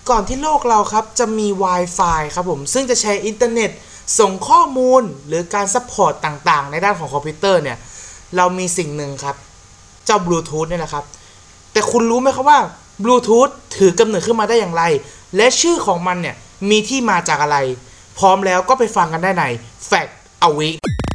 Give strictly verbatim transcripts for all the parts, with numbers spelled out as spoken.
ก่อนที่โลกเราครับจะมี Wi-Fi ครับผมซึ่งจะใช้อินเทอร์เน็ตส่งข้อมูลหรือการซัพพอร์ตต่างๆในด้านของคอมพิวเตอร์เนี่ยเรามีสิ่งหนึ่งครับเจ้าบลูทูธเนี่ยนะครับแต่คุณรู้ไหมครับว่าบลูทูธถือกำเนิดขึ้นมาได้อย่างไรและชื่อของมันเนี่ยมีที่มาจากอะไรพร้อมแล้วก็ไปฟังกันได้ใน Fact a Week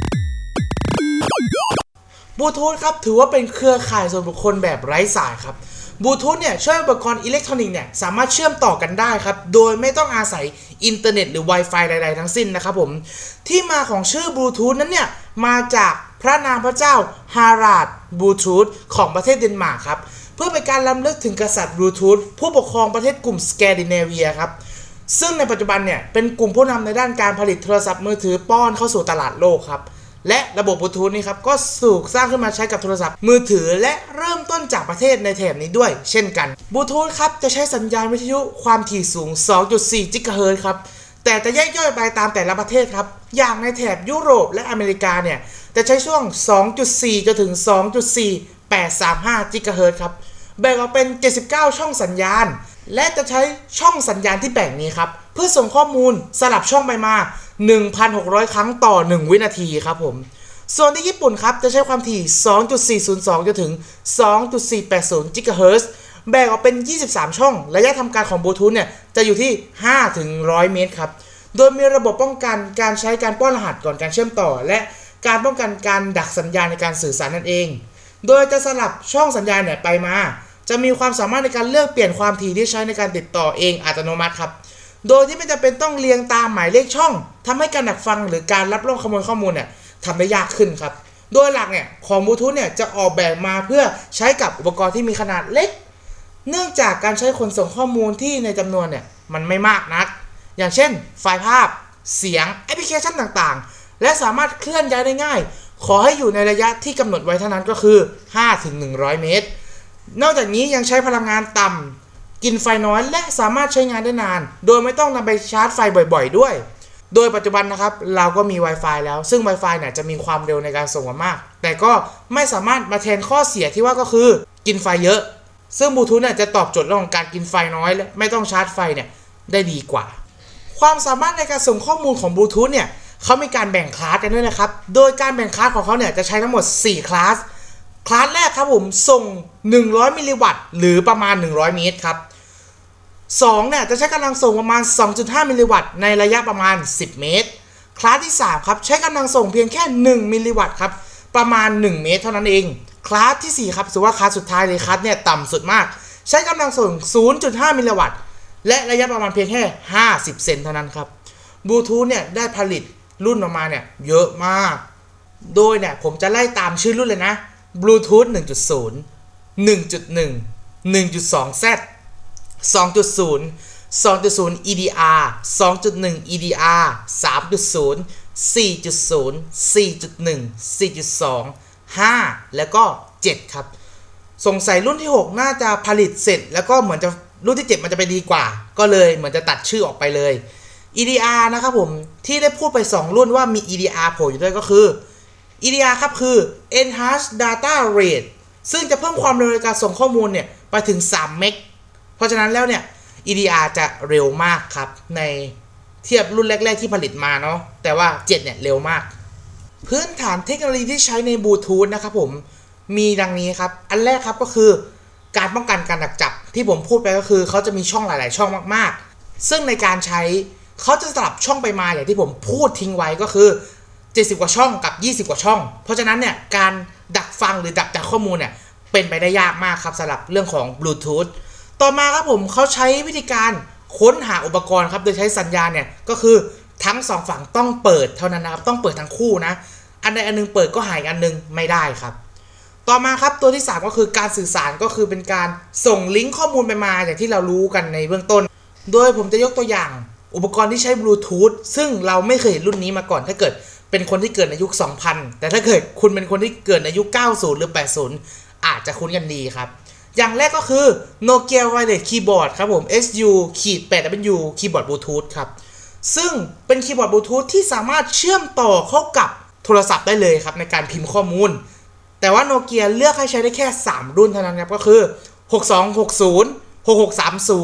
บลูทูธครับถือว่าเป็นเครือข่ายส่วนบุคคลแบบไร้สายครับบลูทูธเนี่ยช่วยอุปกรณ์อิเล็กทรอนิกส์เนี่ยสามารถเชื่อมต่อกันได้ครับโดยไม่ต้องอาศัยอินเทอร์เน็ตหรือ Wi-Fi ใดๆทั้งสิ้นนะครับผมที่มาของชื่อบลูทูธนั้นเนี่ยมาจากพระนางพระเจ้าฮาราดบลูทูธของประเทศเดนมาร์กครับเพื่อเป็นการรำลึกถึงกษัตริย์บลูทูธผู้ปกครองประเทศกลุ่มสแกนดิเนเวียครับซึ่งในปัจจุบันเนี่ยเป็นกลุ่มผู้นำในด้านการผลิตโทรศัพท์มือถือป้อนเข้าสู่ตลาดโลกครับและระบบบลูทูธนี้ครับก็ถูกสร้างขึ้นมาใช้กับโทรศัพท์มือถือและเริ่มต้นจากประเทศในแถบนี้ด้วยเช่นกันบลูทูธครับจะใช้สัญญาณวิทยุความถี่สูง สองจุดสี่ กิกะเฮิรตซ์ครับแต่จะแยกย่อยไปตามแต่ละประเทศครับอย่างในแถบยุโรปและอเมริกาเนี่ยจะใช้ช่วง สองจุดสี่ จนถึง สองจุดสี่แปดสามห้า กิกะเฮิรตซ์ครับแบ่งออกเป็นเจ็ดสิบเก้าช่องสัญญาณและจะใช้ช่องสัญญาณที่แบ่งนี้ครับเพื่อส่งข้อมูลสลับช่องไปมา หนึ่งพันหกร้อย ครั้งต่อหนึ่งวินาทีครับผมส่วนที่ญี่ปุ่นครับจะใช้ความถี่ สองจุดสี่ศูนย์สอง จนถึง สองจุดสี่แปดศูนย์ กิกะเฮิรตซ์แบ่งออกเป็นยี่สิบสามช่องระยะทำการของบลูทูธเนี่ยจะอยู่ที่ ห้าถึงหนึ่งร้อย เมตรครับโดยมีระบบป้องกันการใช้การป้อนรหัสก่อนการเชื่อมต่อและการป้องกันการดักสัญญาณในการสื่อสารนั่นเองโดยจะสลับช่องสัญญาณเนี่ยไปมาจะมีความสามารถในการเลือกเปลี่ยนความถี่ที่ใช้ในการติดต่อเองอัตโนมัติครับโดยที่ไม่จำเป็นต้องเรียงตามหมายเลขช่องทำให้การดักฟังหรือการรับรองขโมยข้อมูลเนี่ยทำได้ยากขึ้นครับโดยหลักเนี่ยของบลูทูธเนี่ยจะออกแบบมาเพื่อใช้กับอุปกรณ์ที่มีขนาดเล็กเนื่องจากการใช้ขนส่งข้อมูลที่ในจำนวนเนี่ยมันไม่มากนักอย่างเช่นไฟล์ภาพเสียงแอปพลิเคชันต่างๆและสามารถเคลื่อนย้ายได้ง่ายขอให้อยู่ในระยะที่กำหนดไว้เท่านั้นก็คือ ห้าถึงหนึ่งร้อย เมตรนอกจากนี้ยังใช้พลังงานต่ำกินไฟน้อยและสามารถใช้งานได้นานโดยไม่ต้องนำไปชาร์จไฟบ่อยๆด้วยโดยปัจจุบันนะครับเราก็มี Wi-Fi แล้วซึ่ง Wi-Fi เนี่ยจะมีความเร็วในการส่งมากแต่ก็ไม่สามารถมาแทนข้อเสียที่ว่าก็คือกินไฟเยอะซึ่งบลูทูธเนี่ยจะตอบโจทย์เรื่องของการกินไฟน้อยและไม่ต้องชาร์จไฟเนี่ยได้ดีกว่าความสามารถในการส่งข้อมูลของบลูทูธเนี่ยเขามีการแบ่งคลาสกันด้วยนะครับโดยการแบ่งคลาสของเขาเนี่ยจะใช้ทั้งหมดสี่คลาสคลาสแรกครับผมส่งหนึ่งร้อยมิลลิวัตต์หรือประมาณหนึ่งร้อยเมตรครับสองเนี่ยจะใช้กำลังส่งประมาณ สองจุดห้า มิลลิวัตต์ในระยะประมาณสิบเมตรคลาสที่สามครับใช้กำลังส่งเพียงแค่หนึ่งมิลลิวัตต์ครับประมาณหนึ่งเมตรเท่านั้นเองคลาสที่สี่ครับถือว่าคลาสสุดท้ายเลยคลาสเนี่ยต่ำสุดมากใช้กำลังส่ง ศูนย์จุดห้า มิลลิวัตต์และระยะประมาณเพียงแค่ห้าสิบเซนเท่านั้นครับบลูทูธเนี่ยได้ผลิตรุ่นออกมาเนี่ยเยอะมากโดยเนี่ยผมจะไล่ตามชื่อรุ่นเลยนะบลูทูธ หนึ่งจุดศูนย์ หนึ่งจุดหนึ่ง หนึ่งจุดสอง แซด สองจุดศูนย์ สองจุดศูนย์ อี ดี อาร์ สองจุดหนึ่ง อี ดี อาร์ สามจุดศูนย์ สี่จุดศูนย์ สี่จุดหนึ่ง สี่จุดสอง ห้าแล้วก็เจ็ดครับสงสัยรุ่นที่หกน่าจะผลิตเสร็จแล้วก็เหมือนจะรุ่นที่เจ็ดมันจะไปดีกว่าก็เลยเหมือนจะตัดชื่อออกไปเลย อี ดี อาร์ นะครับผมที่ได้พูดไปสองรุ่นว่ามี อี ดี อาร์ โผล่อยู่ด้วยก็คือ อี ดี อาร์ ครับคือ Enhanced Data Rate ซึ่งจะเพิ่มความเร็วในการส่งข้อมูลเนี่ยไปถึงสามเมกเพราะฉะนั้นแล้วเนี่ย อี ดี อาร์ จะเร็วมากครับในเทียบรุ่นแรกๆที่ผลิตมาเนาะแต่ว่าเจ็ดเนี่ยเร็วมากพื้นฐานเทคโนโลยีที่ใช้ในบลูทูธนะครับผมมีดังนี้ครับอันแรกครับก็คือการป้องกันการดักจับที่ผมพูดไปก็คือเขาจะมีช่องหลายๆช่องมากๆซึ่งในการใช้เขาจะสลับช่องไปมาอย่างที่ผมพูดทิ้งไว้ก็คือเจ็ดสิบกว่าช่องกับยี่สิบกว่าช่องเพราะฉะนั้นเนี่ยการดักฟังหรือดักจับข้อมูลเนี่ยเป็นไปได้ยากมากครับสำหรับเรื่องของบลูทูธต่อมาครับผมเขาใช้วิธีการค้นหาอุปกรณ์ครับโดยใช้สัญญาณเนี่ยก็คือทั้งสองฝั่งต้องเปิดเท่านั้นนะครับต้องเปิดทั้งคู่นะอันใดอันนึงเปิดก็หายอันนึงไม่ได้ครับต่อมาครับตัวที่สามก็คือการสื่อสารก็คือเป็นการส่งลิงก์ข้อมูลไปมาอย่างที่เรารู้กันในเบื้องต้นโดยผมจะยกตัวอย่างอุปกรณ์ที่ใช้บลูทูธซึ่งเราไม่เคยเห็นรุ่นนี้มาก่อนถ้าเกิดเป็นคนที่เกิดในยุค สองพัน แต่ถ้าเกิดคุณเป็นคนที่เกิดในยุค เก้าสิบ หรือ แปดสิบ อาจจะคุ้นกันดีครับอย่างแรกก็คือ Nokia Wireless Keyboard ครับผม เอส ยู แปด ดับเบิลยู Keyboard Bluetooth ครับซึ่งเป็นคีย์บอร์ดบลูทูธที่สามารถเชื่อมต่อเข้ากับโทรศัพท์ได้เลยครับในการพิมพ์ข้อมูลแต่ว่า Nokia เลือกให้ใช้ได้แค่สามรุ่นเท่านั้นครับก็คือหกสองหกศูนย์ หกหกสามศูนย์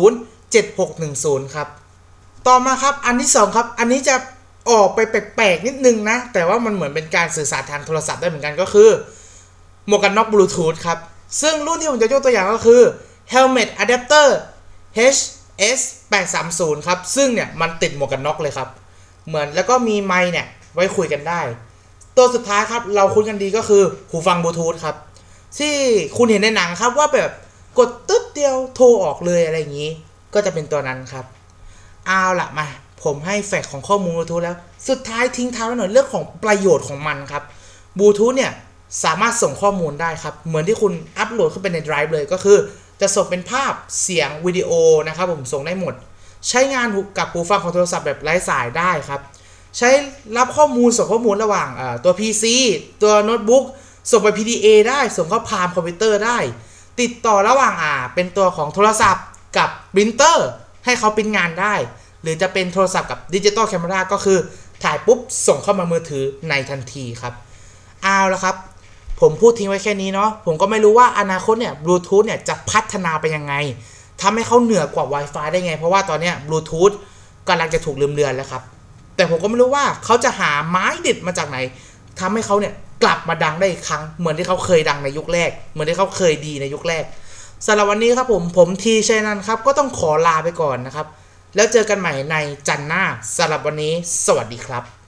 เจ็ดหกหนึ่งศูนย์ครับต่อมาครับอันที่สองครับอันนี้จะออกไปแปลกๆนิดนึงนะแต่ว่ามันเหมือนเป็นการสื่อสารทางโทรศัพท์ได้เหมือนกันก็คือหมวกกันน็อกบลูทูธครับซึ่งรุ่นที่ผมจะยกตัวอย่างก็คือ Helmet Adapter เอช เอส แปดสามศูนย์ครับซึ่งเนี่ยมันติดหมวกกันน็อกเลยครับเหมือนแล้วก็มีไมค์เนี่ยไว้คุยกันได้ตัวสุดท้ายครับเราคุ้นกันดีก็คือหูฟังบลูทูธครับที่คุณเห็นในหนังครับว่าแบบกดตึ๊ดเดียวโทรออกเลยอะไรอย่างนี้ก็จะเป็นตัวนั้นครับเอาล่ะมาผมให้แฟกต์ของข้อมูลบลูทูธแล้วสุดท้ายทิ้งท้ายไว้หน่อยเรื่องของประโยชน์ของมันครับบลูทูธเนี่ยสามารถส่งข้อมูลได้ครับเหมือนที่คุณอัปโหลดเข้าไปใน Drive เลยก็คือจะส่งเป็นภาพเสียงวิดีโอนะครับผมส่งได้หมดใช้งานกับหูฟังของโทรศัพท์แบบไร้สายได้ครับใช้รับข้อมูลส่งข้อมูลระหว่างตัว พี ซี ตัวโน้ตบุ๊กส่งไป พี ดี เอ ได้ส่งเข้าพามคอมพิวเตอร์ได้ติดต่อระหว่างอ่าเป็นตัวของโทรศัพท์กับปรินเตอร์ให้เขาปริ้นงานได้หรือจะเป็นโทรศัพท์กับดิจิตอลแคมเมราก็คือถ่ายปุ๊บส่งเข้ามามือถือในทันทีครับเอาละครับผมพูดทิ้งไว้แค่นี้เนาะผมก็ไม่รู้ว่าอนาคตเนี่ยบลูทูธเนี่ยจะพัฒนาไปยังไงทำให้เขาเหนือกว่า Wi-Fi ได้ไงเพราะว่าตอนเนี้ยบลูทูธกำลังจะถูกลืมเลือนแล้วครับแต่ผมก็ไม่รู้ว่าเขาจะหาไม้เด็ดมาจากไหนทำให้เขาเนี่ยกลับมาดังได้อีกครั้งเหมือนที่เขาเคยดังในยุคแรกเหมือนที่เขาเคยดีในยุคแรกสำหรับวันนี้ครับผมผมทีชัยนันท์ครับก็ต้องขอลาไปก่อนนะครับแล้วเจอกันใหม่ในจันทร์หน้าสำหรับวันนี้สวัสดีครับ